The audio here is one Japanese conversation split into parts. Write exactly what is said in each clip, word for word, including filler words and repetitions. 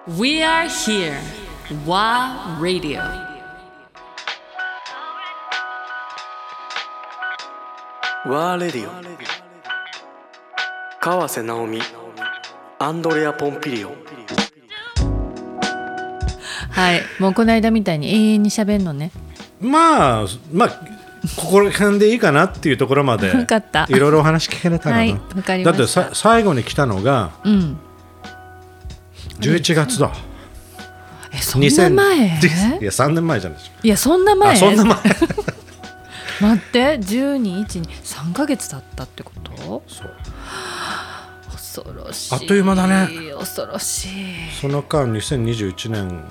We are here. ワー Radio。 ワーレディオ川瀬直美アンドレア・ポンピリオ。 はい、もうこの間みたいに永遠に喋んのね。 まあまあここら辺でいいかなっていうところまで分かったいろいろお話聞けれたらな、 はい、分かりだました。 ってさ最後に来たのがうんじゅういちがつだ。 え、そんな前？ いやさんねんまえじゃないですか。 いやそんな前？ あそんな前待ってじゅうに、いち、に、さんかげつ経ったってこと？ そう恐ろしい。 あっという間だね。 恐ろしい。 その間にせんにじゅういちねんになって、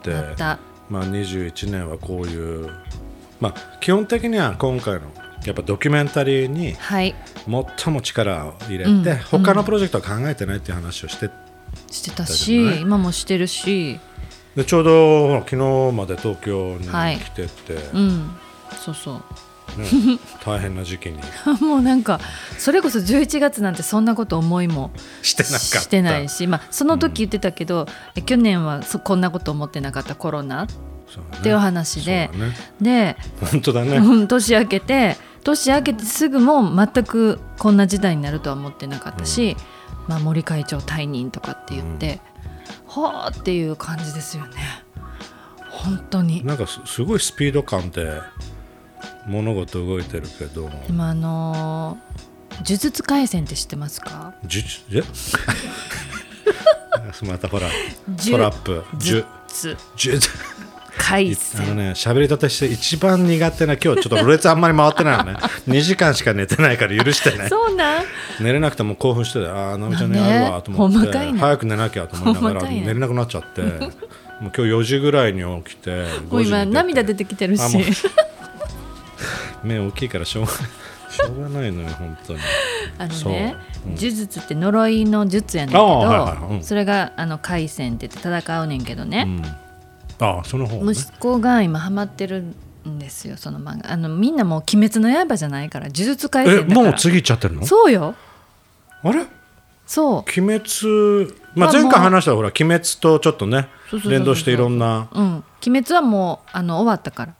はい、なったまあ、にじゅういちねんはこういう、まあ、基本的には今回のやっぱドキュメンタリーにはい最も力を入れて、 うん他のプロジェクトは考えてないっていう話をして、 してたし、今もしてるし、 でちょうどほら昨日まで東京に来てて、 うん、そうそうね、大変な時期にもうなんかそれこそじゅういちがつなんてそんなこと思いもしてなかったしてないし、まあ、その時言ってたけど、うん、え去年はそこんなこと思ってなかったコロナっていう話で、 ね、で本当だね、 年明けて年明けてすぐも全くこんな時代になるとは思ってなかったし、うんまあ、森会長退任とかって言って、うん、はーっていう感じですよね。本当になんか す, すごいスピード感で物事動いてるけど、 でもあのー、呪術廻戦って知ってますか？ 呪術またほらトラップ呪術呪術廻戦あのね喋り方して一番苦手な今日ちょっとろれつあんまり回ってないのねにじかんしか寝てないから許してねそうなん寝れなくても興奮してああ直美ちゃんにあるわと思って、ね、早く寝なきゃと思いながら寝れなくなっちゃってもう今日よじぐらいに起きてもう今涙出てきてるし目大きいからしょうがないしょうがないのよ本当に。 あのね、うん、呪術って呪いの術やねんけど、はいはいうん、それがあの廻戦って言って戦うねんけどね、 うん、ああその方、ね、 息子が今ハマってるんですよその漫画。あのみんなもう鬼滅の刃じゃないから呪術廻戦だから。 えもう次行っちゃってるの？ そうよ。 あれそう鬼滅、まあ、前回話したほら鬼滅とちょっとね連動していろんな、 うん、鬼滅はもうあの終わったから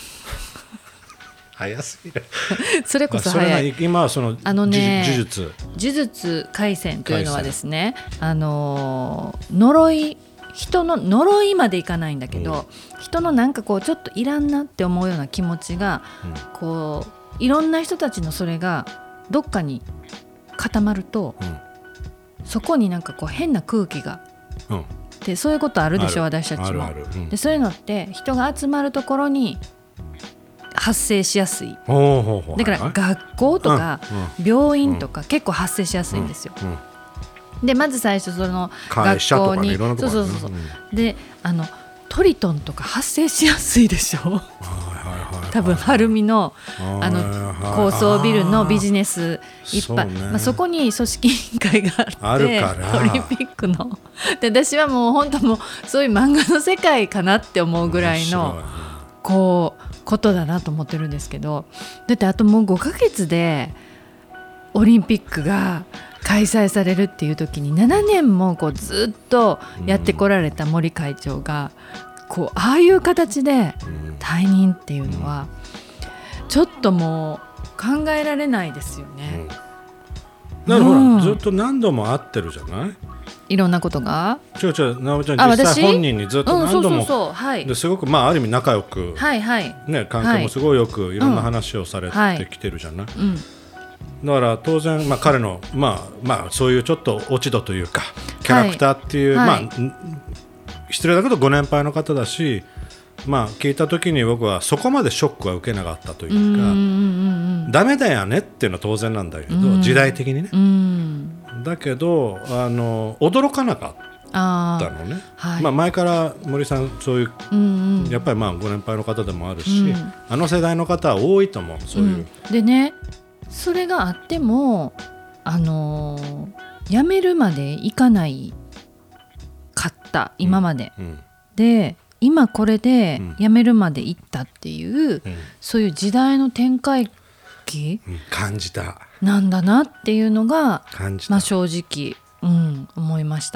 早すぎるそれこそ早い。 今はそのあの、ね、 呪術呪術廻戦というのはですね、あの呪い人の呪いまでいかないんだけど、うん、人のなんかこうちょっといらんなって思うような気持ちが、うん、こういろんな人たちのそれがどっかに固まると、うん、そこになんかこう変な空気が、うん、でそういうことあるでしょ私たちも。 あるある、うん、 でそういうのって人が集まるところに発生しやすい。だから学校とか病院とか結構発生しやすいんですよ。でまず最初その学校にそうそうそうそうであのトリトンとか発生しやすいでしょ多分晴海のあの高層ビルのビジネスいっぱい、まあ、そこに組織委員会があってオリンピックので私はもう本当もうそういう漫画の世界かなって思うぐらいのこうことだなと思ってるんですけど、だってあともうごかげつでオリンピックが開催されるっていう時にななねんもこうずっとやってこられた森会長がこうああいう形で退任っていうのはちょっともう考えられないですよね。 だからほら、うん、ずっと何度も会ってるじゃない、 いろんなことが。 違う違う、直美ちゃん実際本人にずっと何度もですごくまあある意味仲良く、 はいはいね、関係もすごいよくいろんな話をされてきてるじゃない、うんうん、だから当然、まあ、彼の、まあまあ、そういうちょっと落ち度というかキャラクターっていう、はい、まあ、失礼だけどご年配の方だし、まあ、聞いた時に僕はそこまでショックは受けなかったというか、うんうんうんうん、ダメだよねっていうのは当然なんだけど、うん、時代的にね、うん、だけどあの驚かなかったのね、はいまあ、前から森さんそういう、うんうん、やっぱりまあご年配の方でもあるし、うん、あの世代の方は多いと思うそういう、 うん、でねそれがあってもあのー、辞めるまでいかないかった今まで、うんうん、で今これで辞めるまでいったっていう、うん、そういう時代の展開期、 うん、感じたなんだなっていうのが感じた、まあ、正直、うん、思いました。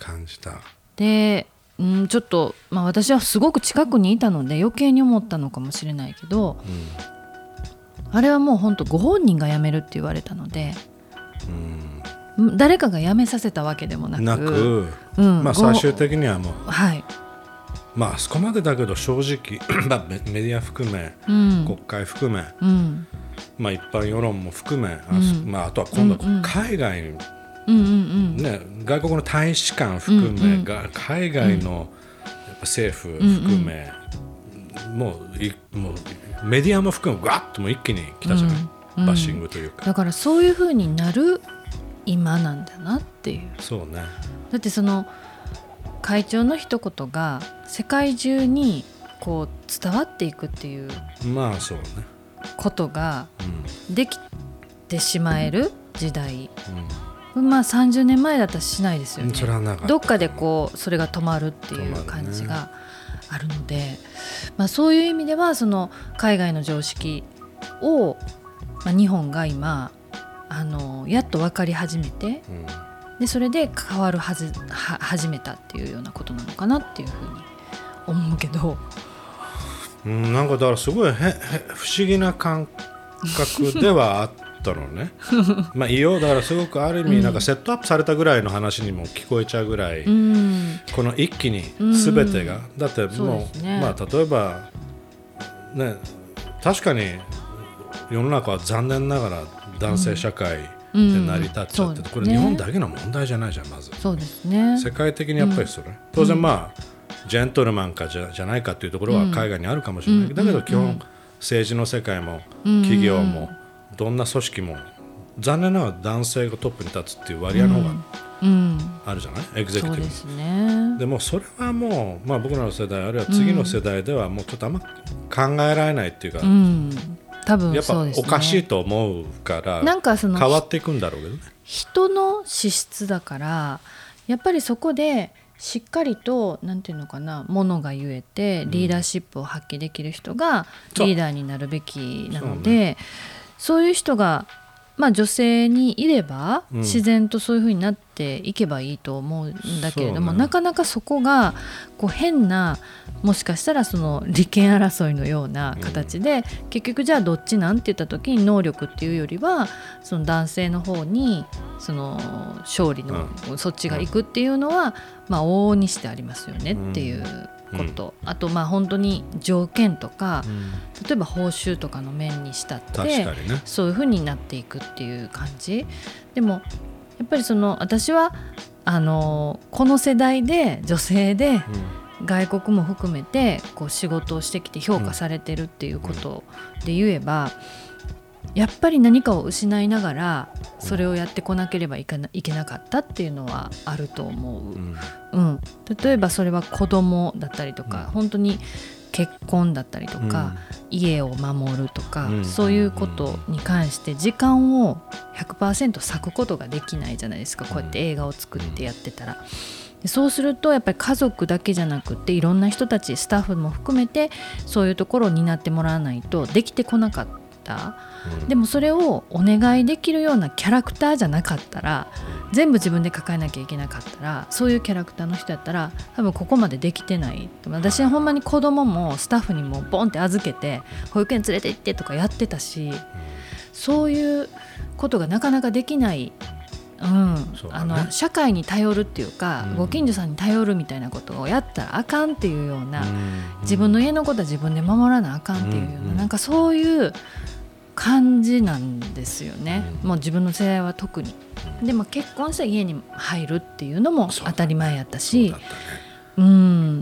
感じた。 で、うん、ちょっと、まあ、私はすごく近くにいたので余計に思ったのかもしれないけど、うん、あれはもう本当ご本人が辞めるって言われたので、うん、誰かが辞めさせたわけでもなく、 なく、うんまあ、最終的にはもう、 はい、 まああそこまでだけど正直メディア含め、うん、国会含め、うんまあ、一般世論も含め、うんあまあ、あとは今度海外に、うんうんね、外国の大使館含め、うんうん、海外のやっぱ政府含め、うんうん、もういもうメディアも含めガッともう一気に来たじゃない、うん、バッシングというか、 だからそういう風になる今なんだなっていう。 そうね。 だってその会長の一言が世界中にこう伝わっていくっていうまあそうねことができてしまえる時代、うん、まあさんじゅうねんまえだったらしないですよね。 それはなかった。 どっかでこうそれが止まるっていう感じがあるので、ねまあ、そういう意味ではその海外の常識を、まあ、日本が今あのやっと分かり始めて、うんでそれで変わるはずは始めたっていうようなことなのかなっていうふうに思うけど、 うん、なんかだからすごいへへ不思議な感覚ではあったのねまあいいよだからすごくある意味なんかセットアップされたぐらいの話にも聞こえちゃうぐらい、うん、この一気に全てが、うん、だってもう、ねまあ、例えばね確かに世の中は残念ながら男性社会、うんで成り立っちゃって、うん、これ日本だけの問題じゃないじゃんまず。 そうですね。 世界的にやっぱりそれ、うん、当然まあ、うん、ジェントルマンかじ ゃ, じゃないかっていうところは海外にあるかもしれないけど、うん、だけど基本、うん、政治の世界も企業も、うん、どんな組織も残念ながら男性がトップに立つっていう割合の方があるじゃない、うん、エグゼクティブ。 そうですね。 でもそれはもう、まあ、僕らの世代あるいは次の世代ではもうちょっとあんま考えられないっていうか、うん多分やっぱおかしいと思うからなんかその変わっていくんだろうけどね。 人の資質だからやっぱりそこでしっかりとなんていうのかなものが言えてリーダーシップを発揮できる人がリーダーになるべきなので、そう、そうね、そういう人がまあ、女性にいれば自然とそういう風になっていけばいいと思うんだけれども、うんね、なかなかそこがこう変なもしかしたらその利権争いのような形で、うん、結局じゃあどっちなんて言った時に能力っていうよりはその男性の方にその勝利の、うん、そっちが行くっていうのは、まあ、往々にしてありますよねっていうこと、うん、あとまあ本当に条件とか、うん、例えば報酬とかの面にしたって、ね、そういう風になっていくっていう感じでもやっぱりその私はあのこの世代で女性で外国も含めてこう仕事をしてきて評価されてるっていうことで言えば、やっぱり何かを失いながらそれをやってこなければいけな、いけなかったっていうのはあると思う、うんうん、例えばそれは子供だったりとか、うん、本当に結婚だったりとか、うん、家を守るとか、うん、そういうことに関して時間を ひゃくパーセント 割くことができないじゃないですか、こうやって映画を作ってやってたら。でそうするとやっぱり家族だけじゃなくていろんな人たちスタッフも含めてそういうところを担ってもらわないとできてこなかった、うん、でもそれをお願いできるようなキャラクターじゃなかったら全部自分で抱えなきゃいけなかったらそういうキャラクターの人やったら多分ここまでできてない。私はほんまに子供もスタッフにもボンって預けて保育園連れて行ってとかやってたし、そういうことがなかなかできないうんね、あの社会に頼るっていうか、うん、ご近所さんに頼るみたいなことをやったらあかんっていうような、うん、自分の家のことは自分で守らなあかんっていうような、うん、なんかそういう感じなんですよね、うん、もう自分の世代は特に。でも結婚したら家に入るっていうのも当たり前やったし、そうだったね、うん、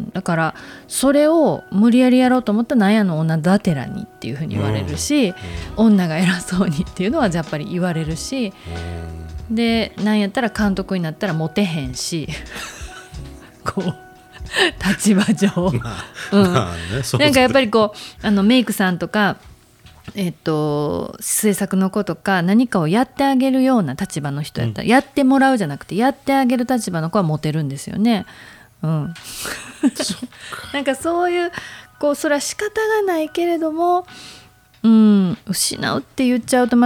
だからそれを無理やりやろうと思ったらなんやの女だてらにっていうふうに言われるし、うんうん、女が偉そうにっていうのはやっぱり言われるし、うんでなんやったら監督になったらモテへんしこう立場上、まあうんまあね、そうなんかやっぱりこうあのメイクさんとか、えっと、制作の子とか何かをやってあげるような立場の人やったら、うん、やってもらうじゃなくてやってあげる立場の子はモテるんですよね、うん、なんかそういうこうそれは仕方がないけれども、うん、失うって言っちゃうとまた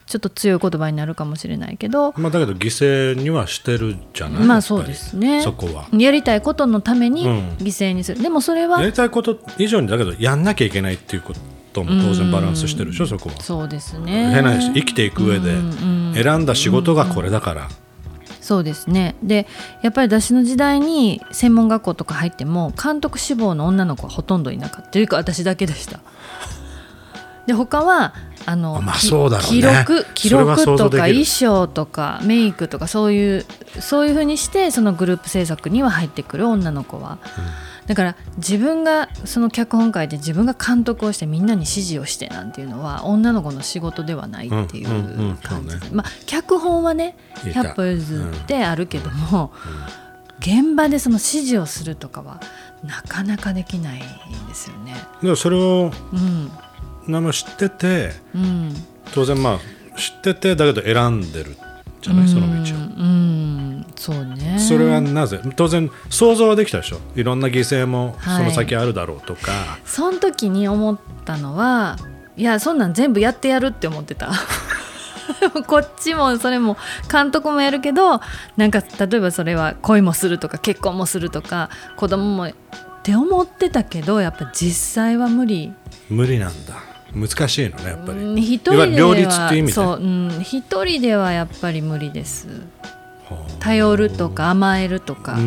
ちょっと強い言葉になるかもしれないけど、 まあ、だけど犠牲にはしてるじゃない。 まあそうですね、 そこはやりたいことのために犠牲にする、うん、でもそれはやりたいこと以上にだけどやんなきゃいけないっていうことも当然バランスしてるでしょ、そこは。 そうですね、 変な話、生きていく上で選んだ仕事がこれだから、うんうん、 そうですね。でやっぱり私の時代に専門学校とか入っても監督志望の女の子はほとんどいなかったというか私だけでした。で他はあの、 まあそうだろうね、 記録記録とか衣装とかメイクとかそういうそういう風にしてそのグループ制作には入ってくる女の子は、うん、だから自分がその脚本会で自分が監督をしてみんなに指示をしてなんていうのは女の子の仕事ではないっていう感じで、まあ脚本はねひゃっぽ譲ってあるけども、うんうん、現場でその指示をするとかはなかなかできないんですよね。 でもそれを、うん名前知ってて、うん、当然まあ知っててだけど選んでるじゃない、その道を、うん、 そうね。 それはなぜ？当然想像はできたでしょ、いろんな犠牲もその先あるだろうとか、はい、 その時に思ったのはいやそんなん全部やってやるって思ってたこっちもそれも監督もやるけどなんか例えばそれは恋もするとか結婚もするとか子供もって思ってたけどやっぱ実際は無理無理なんだ。難しいのねやっぱり。 一人では両立っていう意味でそう、うん、一人ではやっぱり無理です。頼るとか甘えるとか、うん、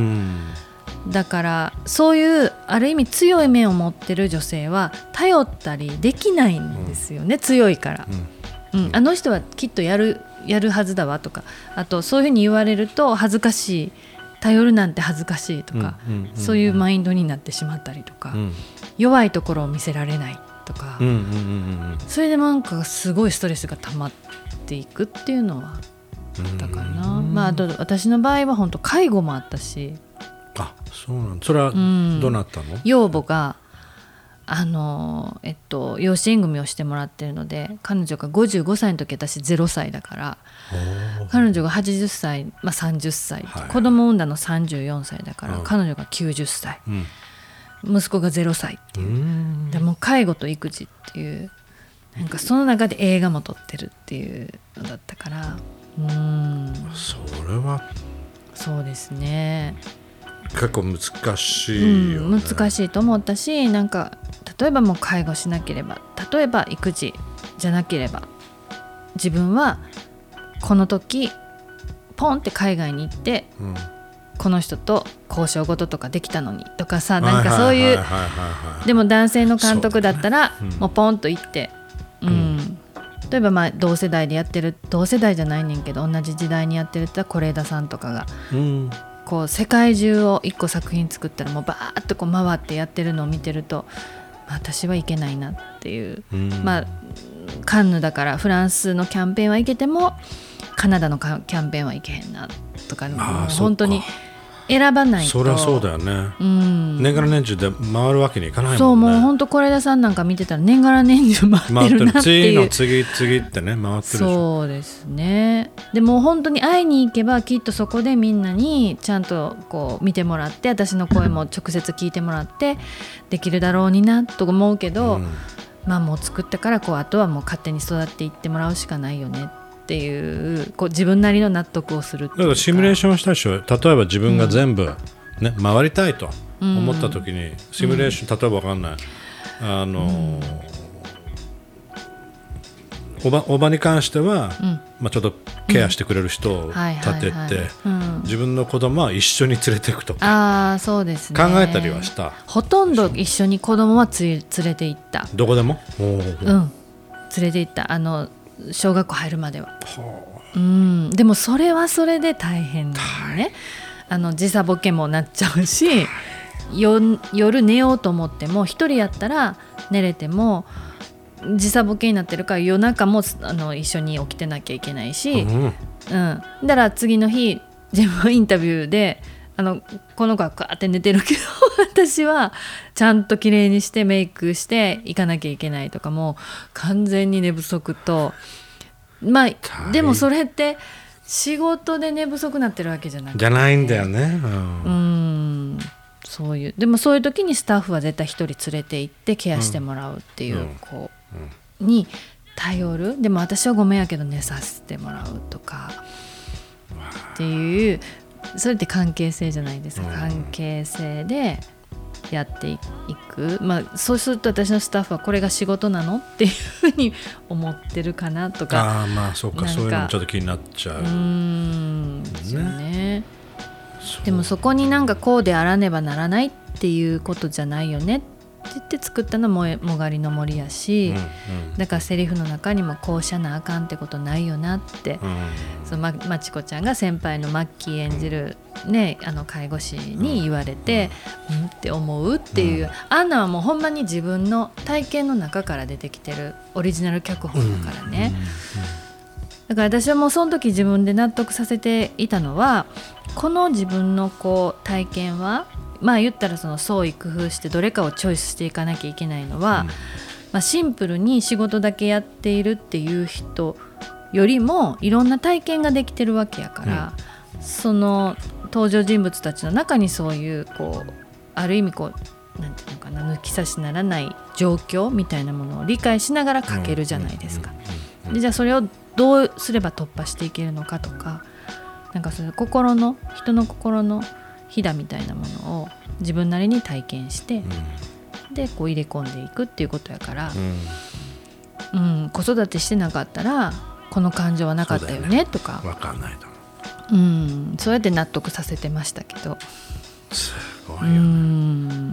だからそういうある意味強い面を持ってる女性は頼ったりできないんですよね、うん、強いから、うんうん、あの人はきっとやる、やるはずだわとか、あとそういうふうに言われると恥ずかしい、頼るなんて恥ずかしいとか、うんうんうんうん、そういうマインドになってしまったりとか、うん、弱いところを見せられないとか、うんうんうんうん、それでなんかすごいストレスが溜まっていくっていうのはあったかな、まあ、あと私の場合は本当介護もあったし。 あ、そうなんだ。それはどうなったの？うん、 養母があの、えっと、養子縁組をしてもらってるので彼女がごじゅうごさいの時私ゼロさいだから彼女がはちじゅっさい、まあ、さんじゅっさい、はい、子供産んだのさんじゅうよんさいだから、うん、彼女がきゅうじゅっさい、うん、息子がゼロさいっていう、うでも介護と育児っていうなんかその中で映画も撮ってるっていうのだったから、うーんそれはそうですね結構難しいよね、 うん、難しいと思ったし、なんか例えばもう介護しなければ、例えば育児じゃなければ自分はこの時ポンって海外に行って、うん、この人と交渉事とかできたのにとかさ、なんかそういうでも男性の監督だったら、ね、うん、もうポンと行って、うんうん、例えばまあ同世代でやってる、同世代じゃないねんけど同じ時代にやってるって是枝さんとかが、うん、こう世界中を一個作品作ったらもうバーッとこう回ってやってるのを見てると、まあ、私はいけないなっていう、うん、まあカンヌだからフランスのキャンペーンはいけてもカナダのキャンペーンはいけへんなとか、もう本当に選ばないと。 そりゃそうだよね、うん、年がら年中で回るわけにいかないもんね。 そう、もう本当是枝さんなんか見てたら年がら年中回ってるなっていう、 次の次次ってね回ってるでしょ。 そうですね。でも本当に会いに行けばきっとそこでみんなにちゃんとこう見てもらって、私の声も直接聞いてもらってできるだろうになと思うけど、うん、まあもう作ったからこうあとはもう勝手に育っていってもらうしかないよねっていう、こう自分なりの納得をするっていうか。 だからシミュレーションしたでしょ。例えば自分が全部、ね、うん、回りたいと思った時に、うん、シミュレーション、例えば分かんない、あの、うん、おば、おばに関しては、うん、まあ、ちょっとケアしてくれる人を立てて、自分の子供は一緒に連れていくとか、 あ、そうですね、 考えたりはした。 ほとんど一緒に子供はつ連れて行った。 どこでも、 うん、連れて行った。あの小学校入るまでは、うん、でもそれはそれで大変だよね。あの時差ボケもなっちゃうし、よ夜寝ようと思っても一人やったら寝れても時差ボケになってるから夜中もあの一緒に起きてなきゃいけないし、うんうん、だから次の日自分はインタビューであのこの子はガーって寝てるけど私はちゃんと綺麗にしてメイクして行かなきゃいけないとか、もう完全に寝不足と、まあでもそれって仕事で寝不足になってるわけじゃなくて、 じゃないんだよね、うん、 うん、そういう、でもそういう時にスタッフは絶対一人連れて行ってケアしてもらうっていう子に頼る、でも私はごめんやけど寝させてもらうとかっていう、それって関係性じゃないですか、うん、関係性でやっていく、まあ、そうすると私のスタッフはこれが仕事なのっていうふうに思ってるかなとか、 あまあそうか、そういうのもちょっと気になっちゃう、うーんですよね。でもそこになんかこうであらねばならないっていうことじゃないよねって言って作ったのももがりの森やし、うんうん、だからセリフの中にもこうしゃなあかんってことないよなって、うん、そのままちこちゃんが先輩のマッキー演じる、ね、あの介護士に言われて、うんうん、って思うっていう、うん、あんなはもうほんまに自分の体験の中から出てきてるオリジナル脚本だからね、うんうんうん、だから私はもうその時自分で納得させていたのは、この自分のこう体験はまあ言ったらその創意工夫してどれかをチョイスしていかなきゃいけないのは、うんまあ、シンプルに仕事だけやっているっていう人よりもいろんな体験ができてるわけやから、うん、その登場人物たちの中にそういうこうある意味こうなんていうのかな、抜き差しならない状況みたいなものを理解しながら書けるじゃないですか。でじゃあそれをどうすれば突破していけるのかとか、なんかその心の人の心のひだみたいなものを自分なりに体験して、うん、でこう入れ込んでいくっていうことやから、うんうん、子育てしてなかったらこの感情はなかったよねとか分かんないと思う、うん、そうやって納得させてましたけど、 すごいよね。うん